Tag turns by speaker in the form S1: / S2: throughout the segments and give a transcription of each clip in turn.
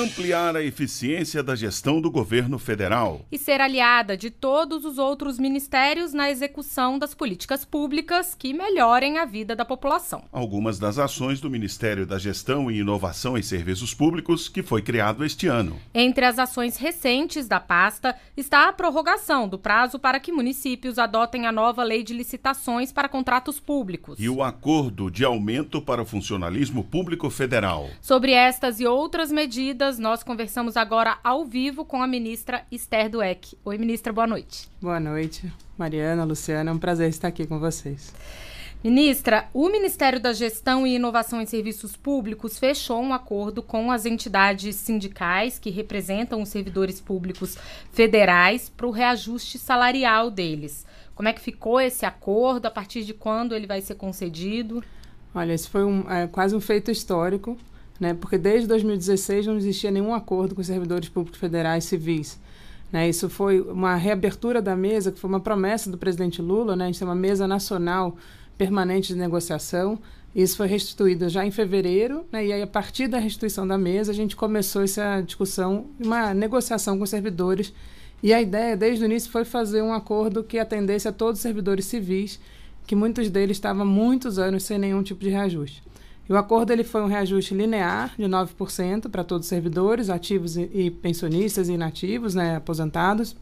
S1: ampliar a eficiência da gestão do governo federal
S2: e ser aliada de todos os outros ministérios na execução das políticas públicas que melhorem a vida da população.
S1: Algumas das ações do Ministério da Gestão e Inovação em Serviços Públicos, que foi criado este ano.
S2: Entre as ações recentes da pasta está a prorrogação do prazo para que municípios adotem a nova lei de licitações para contratos públicos.
S1: E o acordo de aumento para o funcionalismo público federal.
S2: Sobre estas e outras medidas, nós conversamos agora ao vivo com a ministra Esther Dweck. Oi, ministra, boa noite.
S3: Boa noite, Mariana, Luciana, é um prazer estar aqui com vocês.
S2: Ministra, o Ministério da Gestão e Inovação em Serviços Públicos fechou um acordo com as entidades sindicais que representam os servidores públicos federais para o reajuste salarial deles. Como é que ficou esse acordo? A partir de quando ele vai ser concedido?
S3: Olha, esse foi quase um feito histórico, né? Porque desde 2016 não existia nenhum acordo com os servidores públicos federais civis. Né? Isso foi uma reabertura da mesa, que foi uma promessa do presidente Lula, né? A gente tem uma mesa nacional permanente de negociação. Isso foi restituído já em fevereiro, né? E aí, a partir da restituição da mesa, a gente começou essa discussão, uma negociação com os servidores. E a ideia, desde o início, foi fazer um acordo que atendesse a todos os servidores civis, que muitos deles estavam há muitos anos sem nenhum tipo de reajuste. E o acordo ele foi um reajuste linear de 9% para todos os servidores, ativos e pensionistas e inativos, né, aposentados,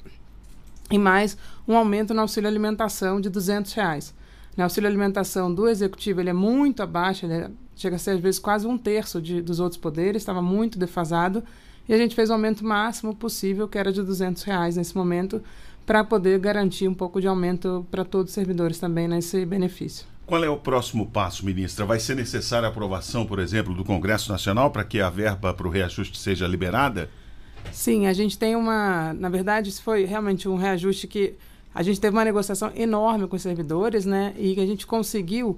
S3: e mais um aumento no auxílio alimentação de R$200. O auxílio alimentação do executivo ele é muito abaixo, chega a ser às vezes quase um terço dos outros poderes, estava muito defasado, e a gente fez o aumento máximo possível, que era de R$200 nesse momento, para poder garantir um pouco de aumento para todos os servidores também nesse benefício.
S1: Qual é o próximo passo, ministra? Vai ser necessária a aprovação, por exemplo, do Congresso Nacional para que a verba para o reajuste seja liberada?
S3: Sim, a gente tem na verdade, isso foi realmente um reajuste que a gente teve uma negociação enorme com os servidores, né? E que a gente conseguiu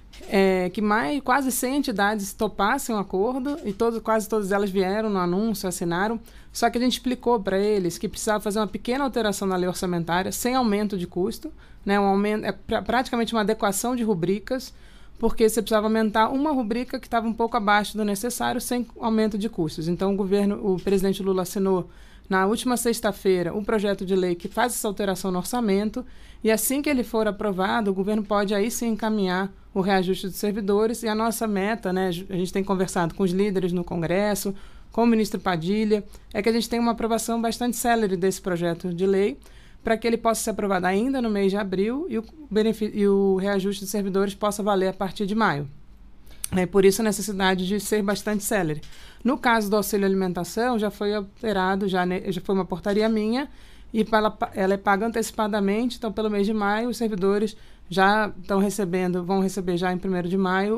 S3: que quase 100 entidades topassem um acordo e quase todas elas vieram no anúncio, assinaram. Só que a gente explicou para eles que precisava fazer uma pequena alteração na lei orçamentária sem aumento de custo, né? Praticamente uma adequação de rubricas, porque você precisava aumentar uma rubrica que estava um pouco abaixo do necessário sem aumento de custos. Então o presidente Lula assinou na última sexta-feira um projeto de lei que faz essa alteração no orçamento, e assim que ele for aprovado, o governo pode aí sim encaminhar o reajuste dos servidores. E a nossa meta, né, a gente tem conversado com os líderes no Congresso, com o ministro Padilha, é que a gente tenha uma aprovação bastante célere desse projeto de lei, para que ele possa ser aprovado ainda no mês de abril e o reajuste dos servidores possa valer a partir de maio. Por isso a necessidade de ser bastante célere. No caso do auxílio alimentação, já foi alterado, já foi uma portaria minha, e ela é paga antecipadamente, então pelo mês de maio os servidores já vão receber já em 1º de maio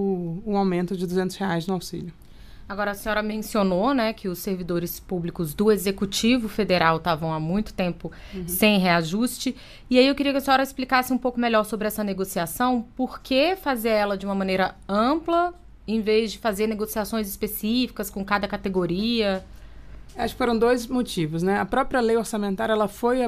S3: um aumento de R$200 no auxílio.
S2: Agora, a senhora mencionou, né, que os servidores públicos do Executivo Federal estavam há muito tempo sem reajuste. E aí eu queria que a senhora explicasse um pouco melhor sobre essa negociação. Por que fazer ela de uma maneira ampla, em vez de fazer negociações específicas com cada categoria?
S3: Acho que foram dois motivos, né? A própria lei orçamentária ela foi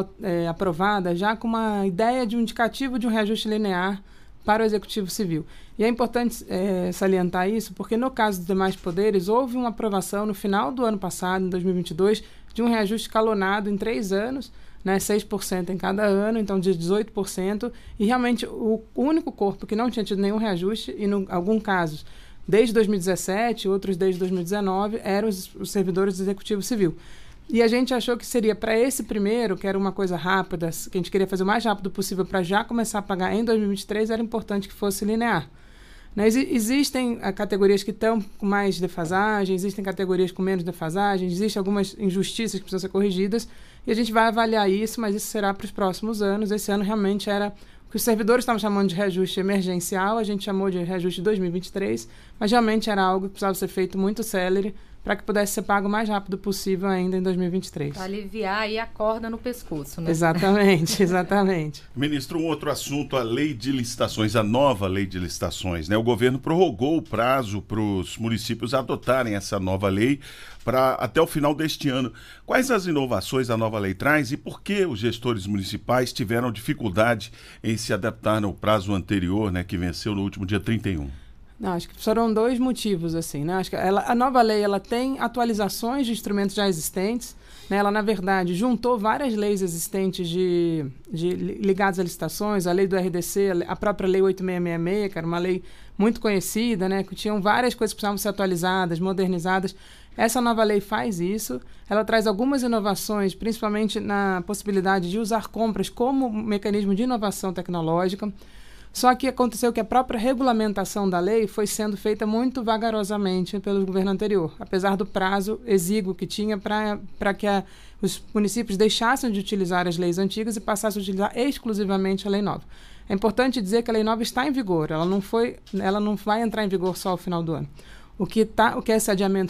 S3: aprovada já com uma ideia de um indicativo de um reajuste linear para o Executivo Civil. E é importante salientar isso, porque no caso dos demais poderes, houve uma aprovação no final do ano passado, em 2022, de um reajuste escalonado em 3 anos, né, 6% em cada ano, então de 18%, e realmente o único corpo que não tinha tido nenhum reajuste, e em alguns casos, desde 2017, outros desde 2019, eram os servidores do Executivo Civil. E a gente achou que seria para esse primeiro, que era uma coisa rápida, que a gente queria fazer o mais rápido possível para já começar a pagar em 2023, era importante que fosse linear. Né? Existem categorias que estão com mais defasagem, existem categorias com menos defasagem, existem algumas injustiças que precisam ser corrigidas, e a gente vai avaliar isso, mas isso será para os próximos anos. Esse ano realmente era o que os servidores estavam chamando de reajuste emergencial, a gente chamou de reajuste 2023, mas realmente era algo que precisava ser feito muito célere, para que pudesse ser pago o mais rápido possível ainda em 2023.
S2: Para aliviar aí a corda no pescoço, né?
S3: Exatamente, exatamente.
S1: Ministro, um outro assunto, a lei de licitações, a nova lei de licitações, né? O governo prorrogou o prazo para os municípios adotarem essa nova lei até o final deste ano. Quais as inovações a nova lei traz e por que os gestores municipais tiveram dificuldade em se adaptar ao prazo anterior, né, que venceu no último dia 31?
S3: Não, acho que foram 2 motivos, assim, né? Acho que a nova lei, ela tem atualizações de instrumentos já existentes, né? Ela, na verdade, juntou várias leis existentes ligadas a licitações, a lei do RDC, a própria lei 8666, que era uma lei muito conhecida, né? Que tinham várias coisas que precisavam ser atualizadas, modernizadas. Essa nova lei faz isso, ela traz algumas inovações, principalmente na possibilidade de usar compras como mecanismo de inovação tecnológica. Só que aconteceu que a própria regulamentação da lei foi sendo feita muito vagarosamente pelo governo anterior, apesar do prazo exíguo que tinha para que os municípios deixassem de utilizar as leis antigas e passassem a utilizar exclusivamente a lei nova. É importante dizer que a lei nova está em vigor, ela não vai entrar em vigor só ao final do ano. O que esse adiamento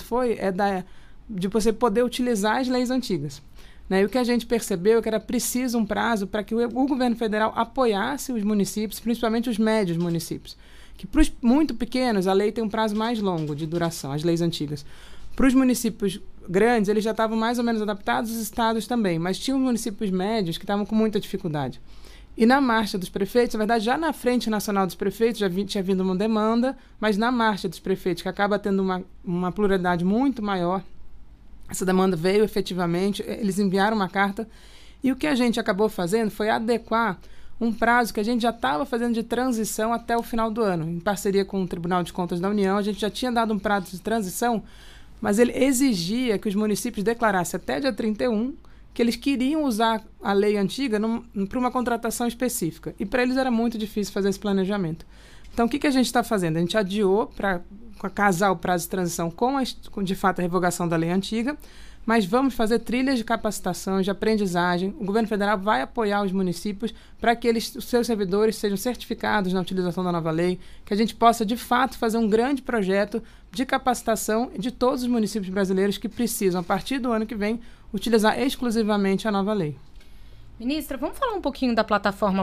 S3: de você poder utilizar as leis antigas. Né? E o que a gente percebeu é que era preciso um prazo para que o governo federal apoiasse os municípios, principalmente os médios municípios. Que para os muito pequenos, a lei tem um prazo mais longo de duração, as leis antigas. Para os municípios grandes, eles já estavam mais ou menos adaptados, os estados também, mas tinham municípios médios que estavam com muita dificuldade. E na marcha dos prefeitos, na verdade, já na Frente Nacional dos Prefeitos tinha vindo uma demanda, mas na marcha dos prefeitos, que acaba tendo uma pluralidade muito maior, essa demanda veio efetivamente, eles enviaram uma carta, e o que a gente acabou fazendo foi adequar um prazo que a gente já estava fazendo de transição até o final do ano. Em parceria com o Tribunal de Contas da União, a gente já tinha dado um prazo de transição, mas ele exigia que os municípios declarassem até dia 31 que eles queriam usar a lei antiga para uma contratação específica. E para eles era muito difícil fazer esse planejamento. Então, o que a gente está fazendo? A gente adiou para casar o prazo de transição com, de fato, a revogação da lei antiga, mas vamos fazer trilhas de capacitação, de aprendizagem. O governo federal vai apoiar os municípios para que os seus servidores sejam certificados na utilização da nova lei, que a gente possa, de fato, fazer um grande projeto de capacitação de todos os municípios brasileiros que precisam, a partir do ano que vem, utilizar exclusivamente a nova lei.
S2: Ministra, vamos falar um pouquinho da plataforma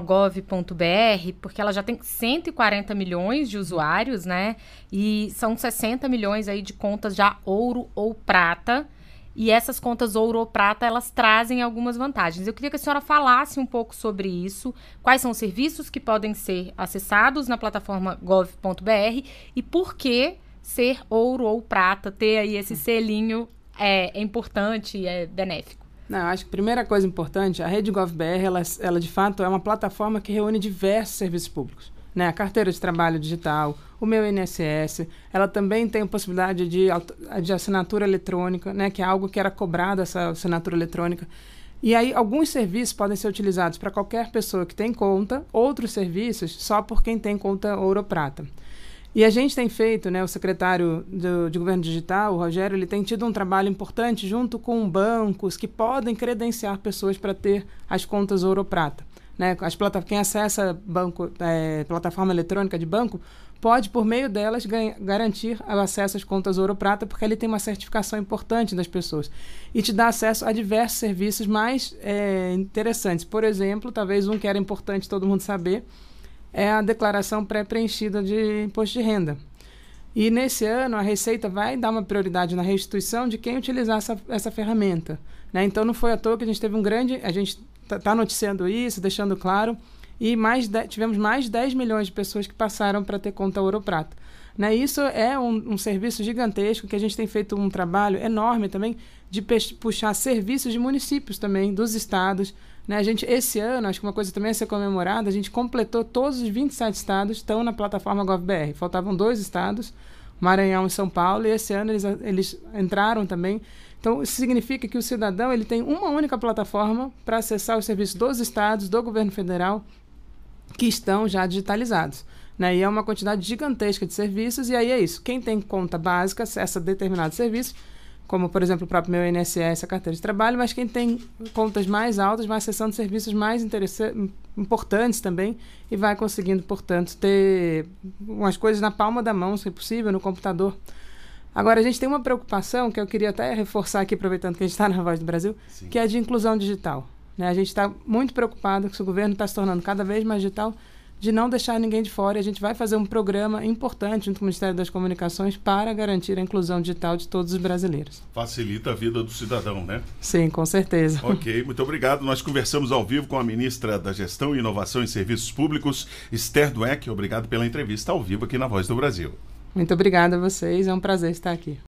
S2: gov.br, porque ela já tem 140 milhões de usuários, né? E são 60 milhões aí de contas já ouro ou prata. E essas contas ouro ou prata, elas trazem algumas vantagens. Eu queria que a senhora falasse um pouco sobre isso, quais são os serviços que podem ser acessados na plataforma gov.br e por que ser ouro ou prata, ter aí esse selinho é importante e é benéfico.
S3: Não, acho que a primeira coisa importante, a Rede GovBR, ela de fato é uma plataforma que reúne diversos serviços públicos. Né? A carteira de trabalho digital, o meu INSS, ela também tem a possibilidade de assinatura eletrônica, né? Que é algo que era cobrado, essa assinatura eletrônica. E aí, alguns serviços podem ser utilizados para qualquer pessoa que tem conta, outros serviços só por quem tem conta ouro ou prata. E a gente tem feito, né, o secretário de Governo Digital, o Rogério, ele tem tido um trabalho importante junto com bancos que podem credenciar pessoas para ter as contas ouro ou prata. Né? Quem acessa plataforma eletrônica de banco pode, por meio delas, garantir o acesso às contas ouro ou prata, porque ele tem uma certificação importante das pessoas. E te dá acesso a diversos serviços mais interessantes. Por exemplo, talvez um que era importante todo mundo saber, é a declaração pré-preenchida de imposto de renda. E nesse ano a Receita vai dar uma prioridade na restituição de quem utilizar essa ferramenta. Né? Então não foi à toa que a gente teve a gente está noticiando isso, deixando claro, e tivemos mais de 10 milhões de pessoas que passaram para ter conta ouro ou prata. Né? Isso é um serviço gigantesco, que a gente tem feito um trabalho enorme também de puxar serviços de municípios também, dos estados. Né? Esse ano, acho que uma coisa também a ser comemorada, a gente completou todos os 27 estados estão na plataforma GovBR. Faltavam 2 estados, Maranhão e São Paulo, e esse ano eles entraram também. Então, isso significa que o cidadão ele tem uma única plataforma para acessar os serviços dos estados, do governo federal, que estão já digitalizados. Né? E é uma quantidade gigantesca de serviços, e aí é isso. Quem tem conta básica acessa determinados serviços, como, por exemplo, o próprio meu INSS, a carteira de trabalho, mas quem tem contas mais altas vai acessando serviços mais importantes também e vai conseguindo, portanto, ter umas coisas na palma da mão, se possível, no computador. Agora, a gente tem uma preocupação que eu queria até reforçar aqui, aproveitando que a gente está na Voz do Brasil, Sim. que é a de inclusão digital. Né? A gente está muito preocupado que o governo está se tornando cada vez mais digital, de não deixar ninguém de fora. E a gente vai fazer um programa importante junto com o Ministério das Comunicações para garantir a inclusão digital de todos os brasileiros.
S1: Facilita a vida do cidadão, né?
S3: Sim, com certeza.
S1: Ok, muito obrigado. Nós conversamos ao vivo com a ministra da Gestão e Inovação em Serviços Públicos, Esther Dweck. Obrigado pela entrevista ao vivo aqui na Voz do Brasil.
S3: Muito obrigada a vocês, é um prazer estar aqui.